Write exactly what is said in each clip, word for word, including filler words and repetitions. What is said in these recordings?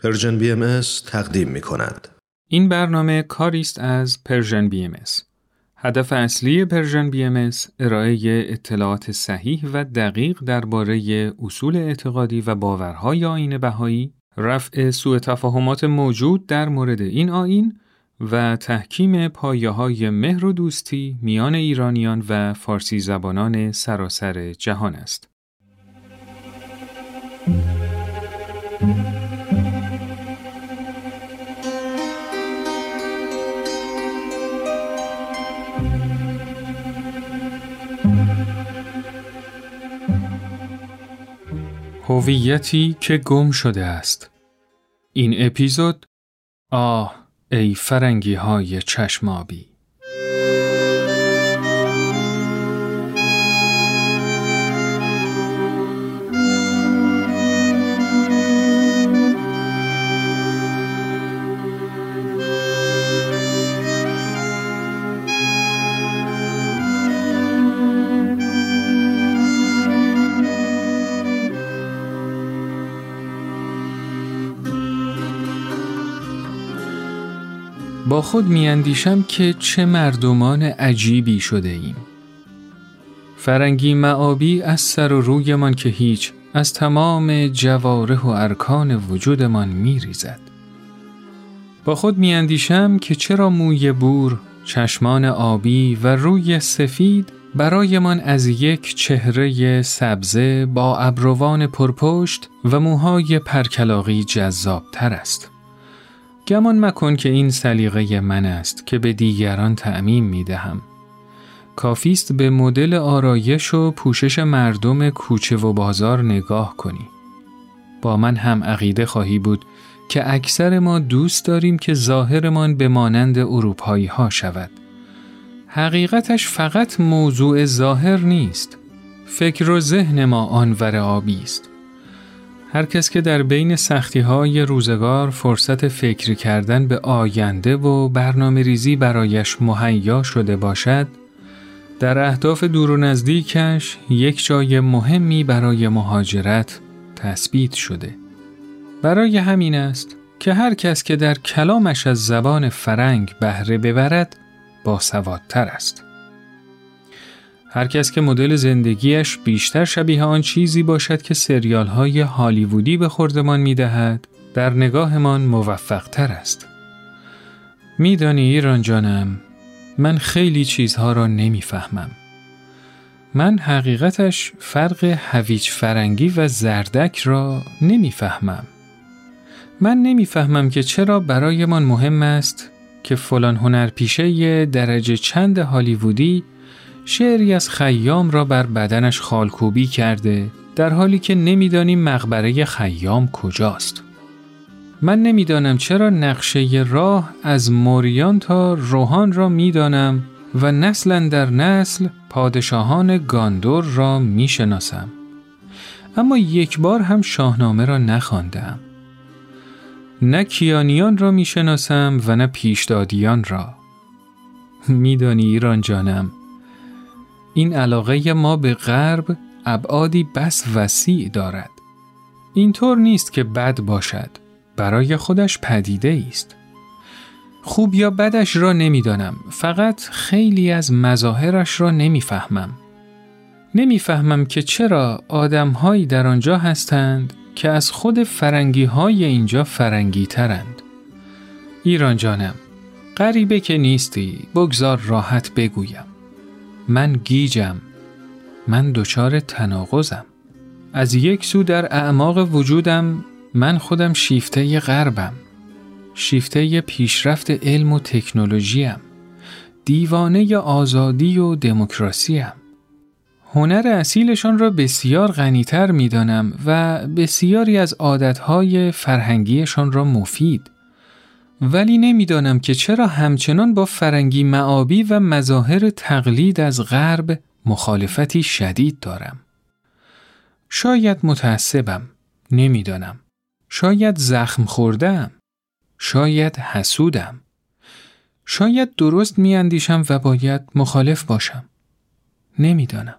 پرژن بی ام اس تقدیم می کند. این برنامه کاری است از پرژن بی ام اس. هدف اصلی پرژن بی ام اس ارائه اطلاعات صحیح و دقیق درباره اصول اعتقادی و باورهای آیین بهایی، رفع سوء تفاهمات موجود در مورد این آیین و تحکیم پایه‌های مهر و دوستی میان ایرانیان و فارسی زبانان سراسر جهان است. هویتی که گم شده است. این اپیزود آه ای فرنگی های چشم آبی. با خود میاندیشم که چه مردمان عجیبی شده ایم. فرنگی معابی از سر و رویمان که هیچ، از تمام جوارح و ارکان وجودمان میریزد. با خود میاندیشم که چرا موی بور، چشمان آبی و روی سفید برایمان از یک چهره سبزه با ابروان پرپشت و موهای پرکلاغی جذاب تر است. گمان مکن که این سلیقه من است که به دیگران تعمیم می دهم. کافیست به مدل آرایش و پوشش مردم کوچه و بازار نگاه کنی. با من هم عقیده خواهی بود که اکثر ما دوست داریم که ظاهرمان به مانند اروپایی ها شود. حقیقتش فقط موضوع ظاهر نیست. فکر و ذهن ما آنور آبی است. هر کس که در بین سختی‌های روزگار فرصت فکر کردن به آینده و برنامه ریزی برایش مهیا شده باشد، در اهداف دور و نزدیکش یک جای مهمی برای مهاجرت تثبیت شده. برای همین است که هر کس که در کلامش از زبان فرنگ بهره ببرد، باسوادتر است. هر کس که مدل زندگیش بیشتر شبیه آن چیزی باشد که سریال های هالیوودی به خوردمان می دهد، در نگاهمان موفق تر است. می دانی ایران جانم، من خیلی چیزها را نمی فهمم. من حقیقتش فرق هویج فرنگی و زردک را نمی فهمم. من نمی فهمم که چرا برایمان مهم است که فلان هنرپیشه درجه چند هالیوودی شعری از خیام را بر بدنش خالکوبی کرده، در حالی که نمیدانیم مقبره خیام کجاست. من نمیدانم چرا نقشه راه از موریان تا روحان را میدانم و نسلا در نسل پادشاهان گاندور را میشناسم. اما یک بار هم شاهنامه را نخواندم. نه کیانیان را میشناسم و نه پیشدادیان را. میدانی ایران جانم، این علاقه ما به غرب ابعادی بس وسیع دارد. اینطور نیست که بد باشد، برای خودش پدیده است. خوب یا بدش را نمیدانم، فقط خیلی از مظاهرش را نمیفهمم. نمیفهمم که چرا آدم‌هایی در آنجا هستند که از خود فرنگی‌های اینجا فرنگی ترند. ایران جانم، غریبه که نیستی، بگذار راحت بگویم. من گیجم. من دچار تناقضم. از یک سو در اعماق وجودم من خودم شیفته غربم. شیفته پیشرفت علم و تکنولوژیم. دیوانه آزادی و دموکراسیم. هنر اصیلشان را بسیار غنی‌تر می‌دانم و بسیاری از عادتهای فرهنگیشان را مفید. ولی نمیدانم که چرا همچنان با فرنگی معابی و مظاهر تقلید از غرب مخالفتی شدید دارم. شاید متعصبم، نمیدانم. شاید زخم خوردم. شاید حسودم. شاید درست میاندیشم و باید مخالف باشم. نمیدانم.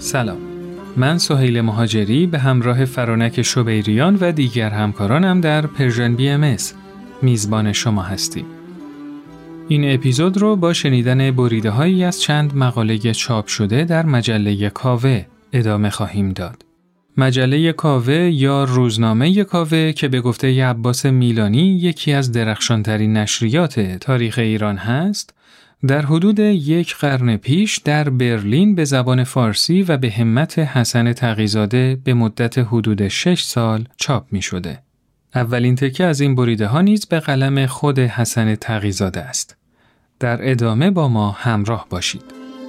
سلام، من سهیل مهاجری به همراه فرانک شبیریان و دیگر همکارانم در پرژن بی ام اس میزبان شما هستیم. این اپیزود رو با شنیدن بریده هایی از چند مقاله چاپ شده در مجله کاوه ادامه خواهیم داد. مجله کاوه یا روزنامه کاوه که به گفته عباس میلانی یکی از درخشانترین نشریات تاریخ ایران هست، در حدود یک قرن پیش در برلین به زبان فارسی و به همت حسن تقی‌زاده به مدت حدود شش سال چاپ می شده. اولین تکه از این بریده ها نیز به قلم خود حسن تقی‌زاده است. در ادامه با ما همراه باشید.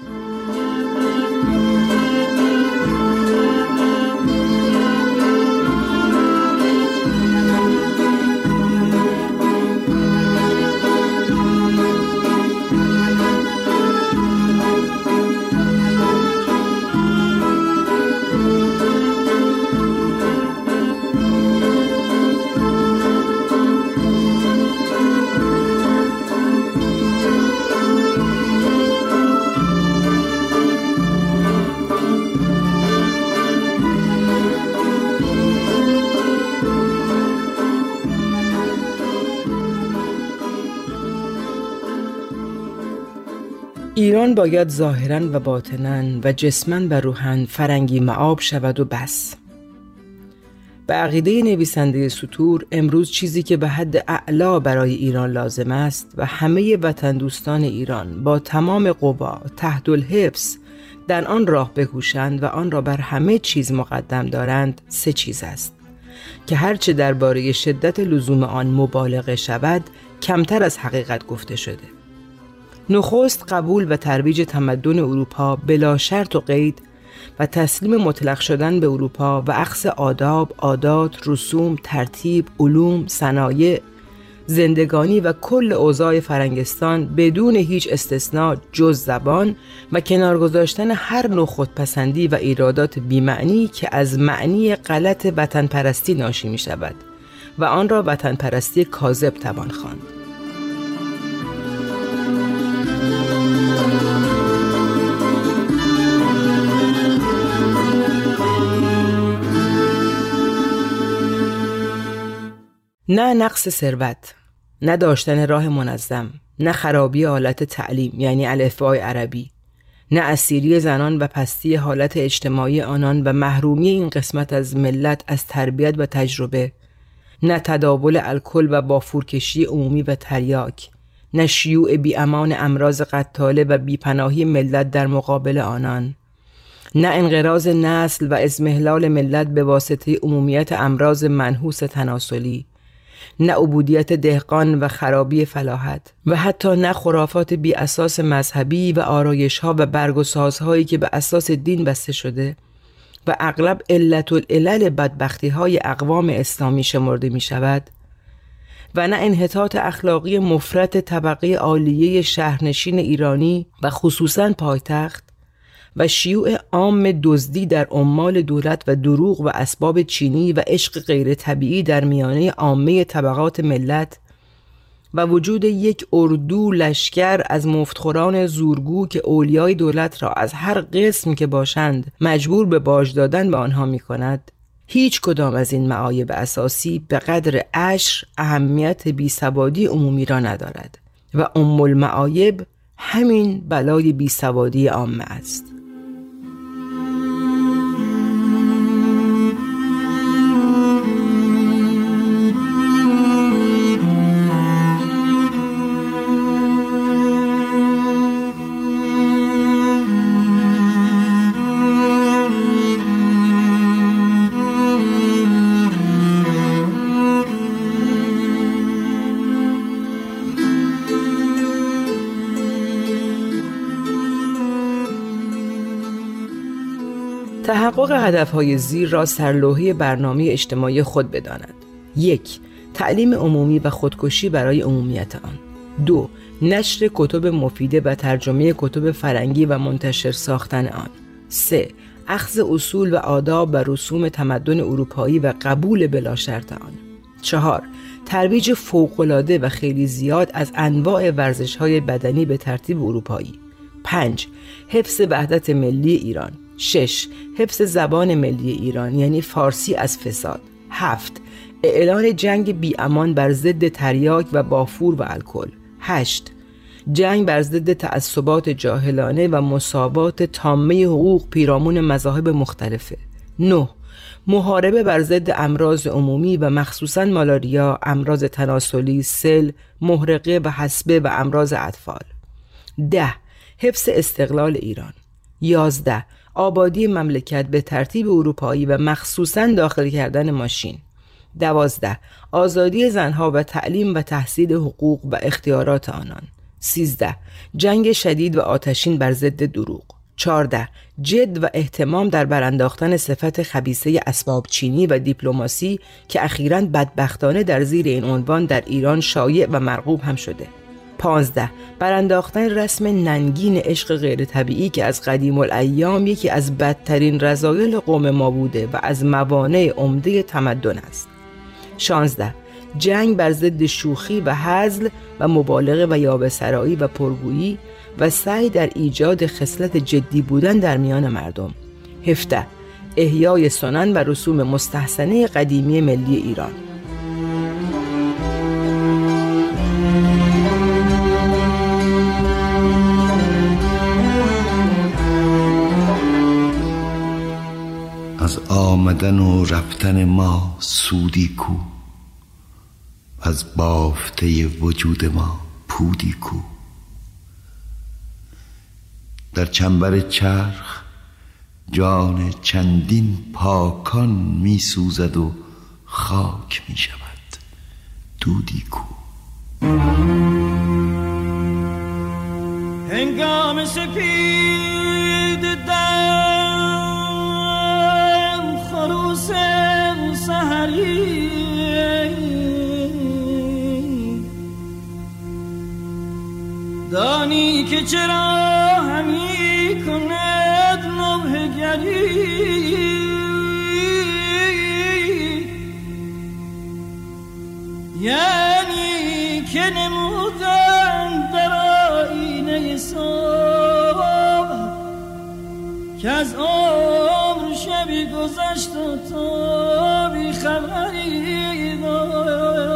ایران باید ظاهراً و باطناً و جسماً و روحاً فرنگی معاب شود و بس. به عقیده نویسنده سطور امروز چیزی که به حد اعلا برای ایران لازم است و همه وطن دوستان ایران با تمام قوا تحت الحبس در آن راه بکوشند و آن را بر همه چیز مقدم دارند سه چیز است که هرچه درباره شدت لزوم آن مبالغه شود کمتر از حقیقت گفته شده. نخست قبول و ترویج تمدن اروپا بلا شرط و قید و تسلیم مطلق شدن به اروپا و اخذ آداب، عادات، رسوم، ترتیب، علوم، صنایع، زندگانی و کل اوضاع فرنگستان بدون هیچ استثناء جز زبان و کنار گذاشتن هر نوع خودپسندی و ایرادات بی‌معنی که از معنی غلط وطن پرستی ناشی می شود و آن را وطن پرستی کاذب توان خواند. نه نقص ثروت، نه داشتن راه منظم، نه خرابی حالت تعلیم یعنی الفبای عربی، نه اسیری زنان و پستی حالت اجتماعی آنان و محرومی این قسمت از ملت از تربیت و تجربه، نه تداول الکل و بافورکشی عمومی و تریاک، نه شیوع بی امان امراض قتاله و بیپناهی ملت در مقابل آنان، نه انقراض نسل و اضمحلال ملت به واسطه عمومیت امراض منحوس تناسلی، نه عبودیت دهقان و خرابی فلاحت و حتی نه خرافات بی اساس مذهبی و آرایش ها و برگ و سازهایی که به اساس دین بسته شده و اغلب علت العلل بدبختی های اقوام اسلامی شمرده می شود و نه انحطاط اخلاقی مفرط طبقه عالیه شهرنشین ایرانی و خصوصاً پایتخت و شیوع عام دزدی در عمال دولت و دروغ و اسباب چینی و عشق غیر طبیعی در میانه عامه طبقات ملت و وجود یک اردو لشکر از مفتخوران زورگو که اولیای دولت را از هر قسم که باشند مجبور به باج دادن به آنها می کند، هیچ کدام از این معایب اساسی به قدر عشر اهمیت بیسوادی عمومی را ندارد و ام المعایب همین بلای بیسوادی عامه است. تحقق هدفهای زیر را سرلوحه برنامه اجتماعی خود بداند. یک، تعلیم عمومی و خودکشی برای عمومیت آن. دو، نشر کتب مفیده و ترجمه کتب فرنگی و منتشر ساختن آن. سه، اخذ اصول و آداب و رسوم تمدن اروپایی و قبول بلا شرط آن. چهار، ترویج فوق‌العاده و خیلی زیاد از انواع ورزش‌های بدنی به ترتیب اروپایی. پنج، حفظ وحدت ملی ایران. شش. حفظ زبان ملی ایران یعنی فارسی از فساد. هفت. اعلان جنگ بی امان بر ضد تریاک و بافور و الکل. هشت. جنگ بر ضد تعصبات جاهلانه و مساوات تامه حقوق پیرامون مذاهب مختلفه. نه. محاربه بر ضد امراض عمومی و مخصوصاً مالاریا، امراض تناسلی، سل، محرقه و حصبه و امراض اطفال. ده. حفظ استقلال ایران. یازده. آبادی مملکت به ترتیب اروپایی و مخصوصاً داخل کردن ماشین. دوازده. آزادی زنها و تعلیم و تحصیل حقوق و اختیارات آنان. سیزده. جنگ شدید و آتشین بر ضد دروغ. چهارده. جد و اهتمام در برانداختن صفت خبیثه اسباب چینی و دیپلماسی که اخیراً بدبختانه در زیر این عنوان در ایران شایع و مرغوب هم شده. پانزده. برانداختن رسم ننگین عشق غیر طبیعی که از قدیم الایام یکی از بدترین رذایل قوم ما بوده و از موانع عمده تمدن است. شانزده. جنگ بر ضد شوخی و هزل و مبالغه و یاوه‌سرایی و پرگویی و سعی در ایجاد خصلت جدی بودن در میان مردم. هفده. احیای سنن و رسوم مستحسنه قدیمی ملی ایران. از آمدن و رفتن ما سودی کو، از بافته وجود ما پودی کو. در چنبر چرخ جان چندین پاکان می سوزد و خاک می شود دودی کو. هنگام سپید دم خروس سحری دانی که چرا همی کند نوحه گری، یعنی که نمودن در آینه صبح که از عمر شبی گذشت و تو بی خبری داری.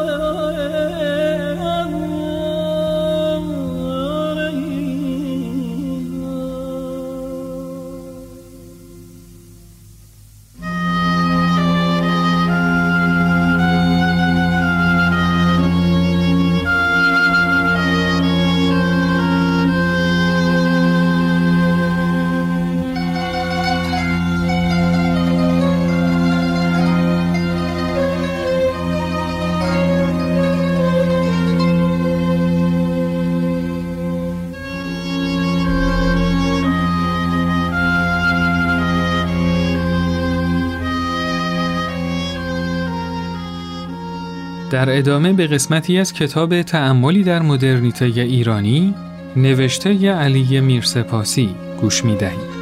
در ادامه به قسمتی از کتاب تأملی در مدرنیته ایرانی نوشته علی میرسپاسی گوش می‌دهید.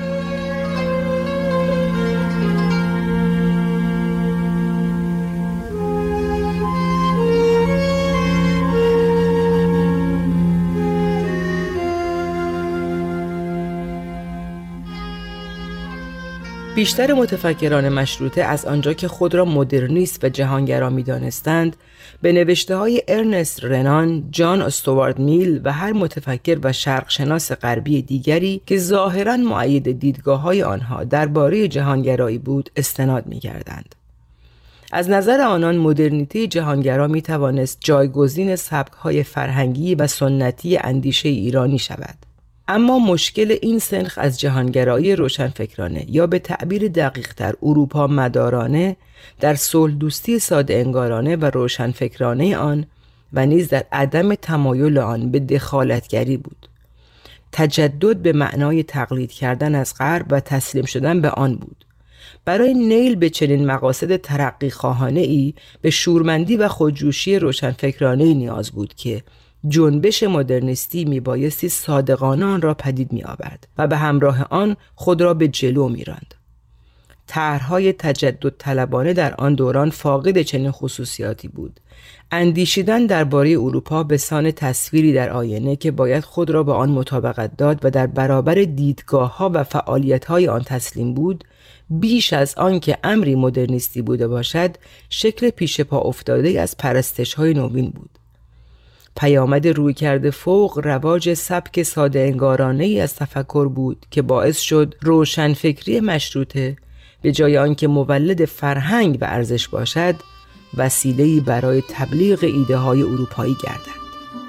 بیشتر متفکران مشروطه از آنجا که خود را مدرنیست و جهانگرا می‌دانستند، به نوشته‌های ارنست رنان، جان استوارت میل و هر متفکر و شرقشناس غربی دیگری که ظاهراً مؤید دیدگاه‌های آنها درباره جهانگرایی بود استناد می‌کردند. از نظر آنان مدرنیته جهانگرا می‌توانست جایگزین سبک‌های فرهنگی و سنتی اندیشه ایرانی شود. اما مشکل این سنخ از جهانگرایی روشنفکرانه یا به تعبیر دقیق‌تر اروپا مدارانه در صلح دوستی ساده انگارانه و روشنفکرانه آن و نیز در عدم تمایل آن به دخالتگری بود. تجدد به معنای تقلید کردن از غرب و تسلیم شدن به آن بود. برای نیل به چنین مقاصد ترقی خواهانه ای به شورمندی و خودجوشی روشنفکرانه نیاز بود که جنبش مدرنیستی میبایستی صادقانه آن را پدید می آورد و به همراه آن خود را به جلو می راند. طرح‌های تجدد طلبانه در آن دوران فاقد چنین خصوصیاتی بود. اندیشیدن درباره اروپا به سان تصویری در آینه که باید خود را به آن مطابقت داد و در برابر دیدگاه‌ها و فعالیت‌های آن تسلیم بود، بیش از آن که امری مدرنیستی بوده باشد، شکل پیش پا افتاده از پرستش‌های نوین بود. پیامد رویکرد فوق رواج سبک ساده انگارانه‌ای از تفکر بود که باعث شد روشنفکری مشروطه به جای آنکه مولد فرهنگ و ارزش باشد، وسیله‌ای برای تبلیغ ایده‌های اروپایی گردد.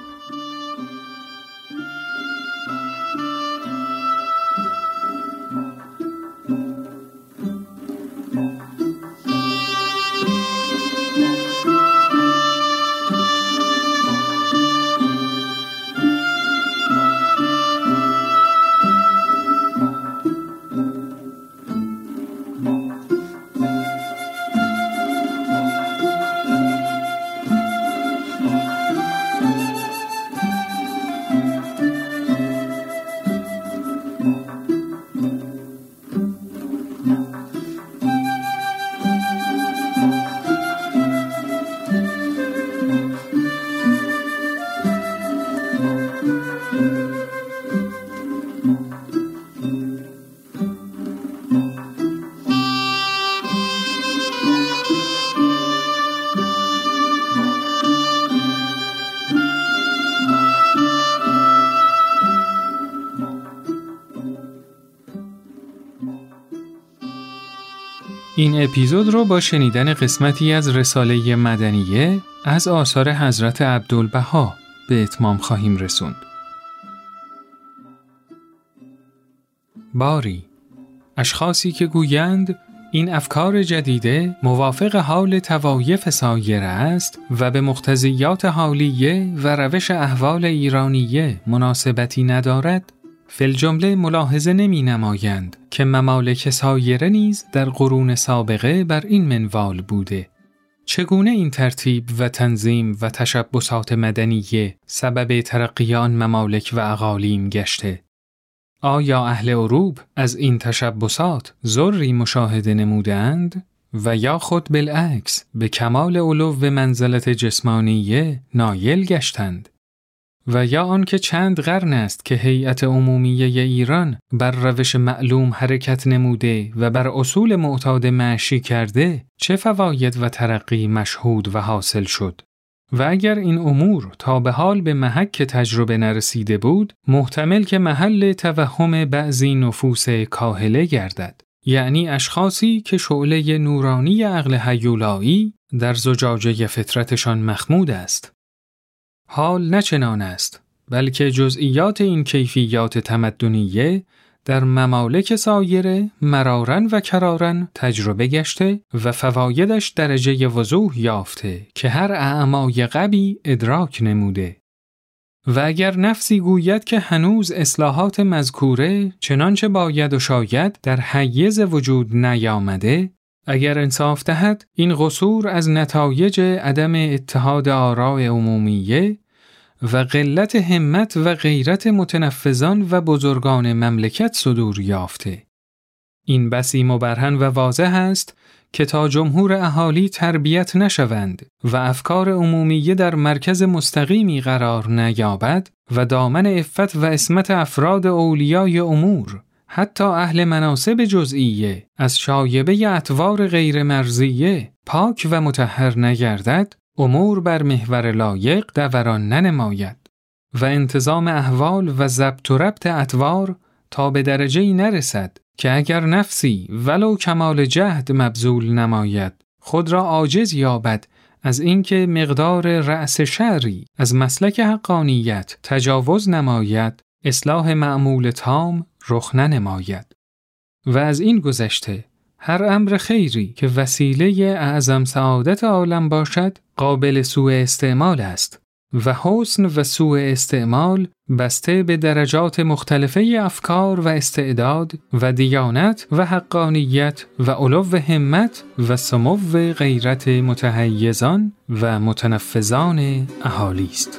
این اپیزود رو با شنیدن قسمتی از رساله مدنیه از آثار حضرت عبدالبها به اتمام خواهیم رسوند. باری، اشخاصی که گویند این افکار جدیده موافق حال توایف سایره است و به مقتضیات حالیه و روش احوال ایرانیه مناسبتی ندارد، فی الجمله ملاحظه نمی نمایند که ممالک سایره نیز در قرون سابقه بر این منوال بوده. چگونه این ترتیب و تنظیم و تشبسات مدنیه سبب ترقی آن ممالک و اقالیم گشته؟ آیا اهل اروپ از این تشبسات ضری مشاهده نمودند و یا خود بالعکس به کمال علو و منزلت جسمانیه نایل گشتند؟ و یا آن که چند قرن است که هیئت عمومیه ایران بر روش معلوم حرکت نموده و بر اصول معتاد معشی کرده، چه فواید و ترقی مشهود و حاصل شد؟ و اگر این امور تا به حال به محک تجربه نرسیده بود، محتمل که محل توهم بعضی نفوس کاهله گردد، یعنی اشخاصی که شعله نورانی عقل هیولایی در زجاجه فطرتشان مخمود است. حال نه چنان است، بلکه جزئیات این کیفیات تمدنیه در ممالک سایره مراراً و کراراً تجربه گشته و فوایدش درجه وضوح یافته که هر اعمای غبی ادراک نموده. و اگر نفسی گوید که هنوز اصلاحات مذکوره چنانچه باید و شاید در حیز وجود نیامده، اگر انصاف دهد این قصور از نتایج عدم اتحاد آراء عمومیه و قلت همت و غیرت متنفذان و بزرگان مملکت صدور یافته. این بسی مبرهن و واضح است که تا جمهور اهالی تربیت نشوند و افکار عمومیه در مرکز مستقیمی قرار نیابد و دامن عفت و عصمت افراد اولیای امور حتی اهل مناصب جزئیه از شایبه اطوار غیر مرضیه پاک و مطهر نگردد، امور بر محور لایق دوران ننماید و انتظام احوال و ضبط و ربط اطوار تا به درجه‌ای نرسد که اگر نفسی ولو کمال جهد مبذول نماید، خود را عاجز یابد از اینکه مقدار رأس شعری از مسلک حقانیت تجاوز نماید، اصلاح معمول تام رخ ننماید. و از این گذشته هر امر خیری که وسیله اعظم سعادت عالم باشد قابل سوء استعمال است و حسن و سوء استعمال بسته به درجات مختلفه افکار و استعداد و دیانت و حقانیت و علو همت و سمو غیرت متحیزان و متنفذان اهالی است.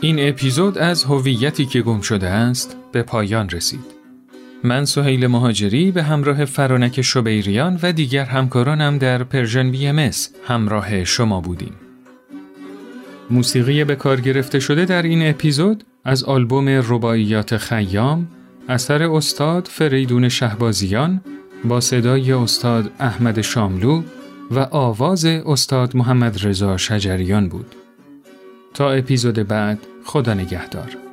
این اپیزود از هویتی که گم شده است به پایان رسید. من سهیل مهاجری به همراه فرانک شبیریان و دیگر همکارانم در پرژن بی ام اس همراه شما بودیم. موسیقی به کار گرفته شده در این اپیزود از آلبوم رباعیات خیام اثر استاد فریدون شهبازیان با صدای استاد احمد شاملو و آواز استاد محمد رضا شجریان بود. تا اپیزود بعد، خدا نگهدار.